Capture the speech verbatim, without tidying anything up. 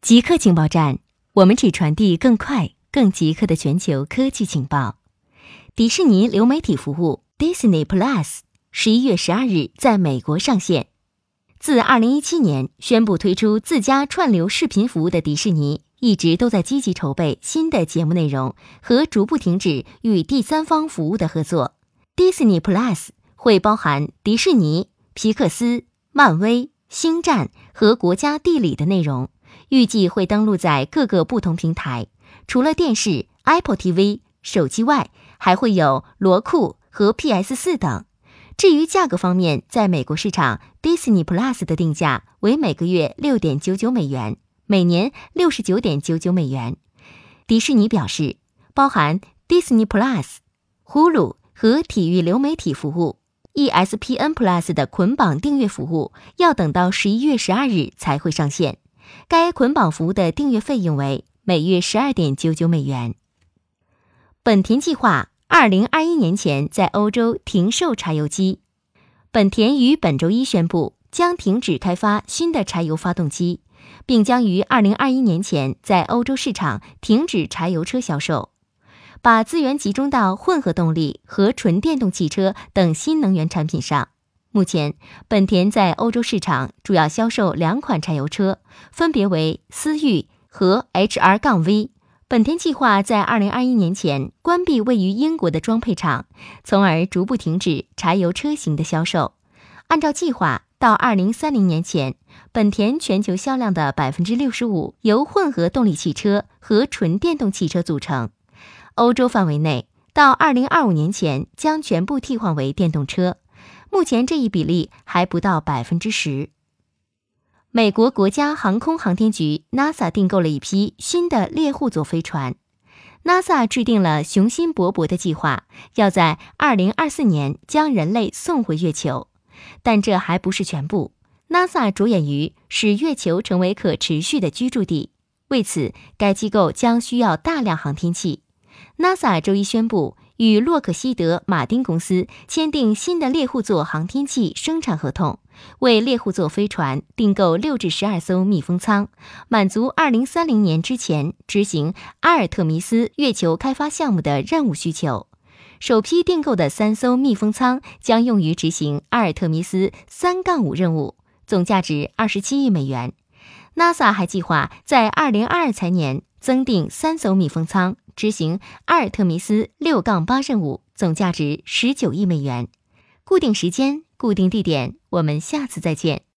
极客情报站，我们只传递更快、更极客的全球科技情报。迪士尼流媒体服务 Disney Plus 十一月十二日在美国上线。自二零一七年宣布推出自家串流视频服务的迪士尼，一直都在积极筹备新的节目内容和逐步停止与第三方服务的合作。Disney Plus 会包含迪士尼、皮克斯、漫威、星战和国家地理的内容，预计会登陆在各个不同平台。除了电视、Apple T V、手机外，还会有罗库和 P S 四 等。至于价格方面，在美国市场 Disney Plus 的定价为每个月 六点九九美元，每年 六十九点九九美元。迪士尼表示，包含 Disney Plus、Hulu 和体育流媒体服务 E S P N Plus 的捆绑订阅服务要等到十一月十二日才会上线。该捆绑服务的订阅费用为每月 十二点九九美元。本田计划二零二一年前在欧洲停售柴油机。本田于本周一宣布将停止开发新的柴油发动机，并将于二零二一年前在欧洲市场停止柴油车销售，把资源集中到混合动力和纯电动汽车等新能源产品上。目前，本田在欧洲市场主要销售两款柴油车，分别为思域和 H R V。本田计划在二零二一年前关闭位于英国的装配厂，从而逐步停止柴油车型的销售。按照计划，到二零三零年前，本田全球销量的 百分之六十五 由混合动力汽车和纯电动汽车组成。欧洲范围内，到二零二五年前将全部替换为电动车。目前这一比例还不到 百分之十。美国国家航空航天局 NASA 订购了一批新的猎户座飞船。NASA 制定了雄心勃勃的计划，要在二零二四年将人类送回月球。但这还不是全部。NASA 着眼于使月球成为可持续的居住地，为此，该机构将需要大量航天器。NASA 周一宣布与洛克希德马丁公司签订新的猎户座航天器生产合同，为猎户座飞船订购六至十二艘密封舱，满足二零三零年之前执行阿尔特弥斯月球开发项目的任务需求。首批订购的三艘密封舱将用于执行阿尔特弥斯 三杠五 任务，总价值二十七亿美元。NASA 还计划在二零二二财年增订三艘密封舱，执行阿尔特弥斯 六杠八 任务，总价值十九亿美元。固定时间，固定地点，我们下次再见。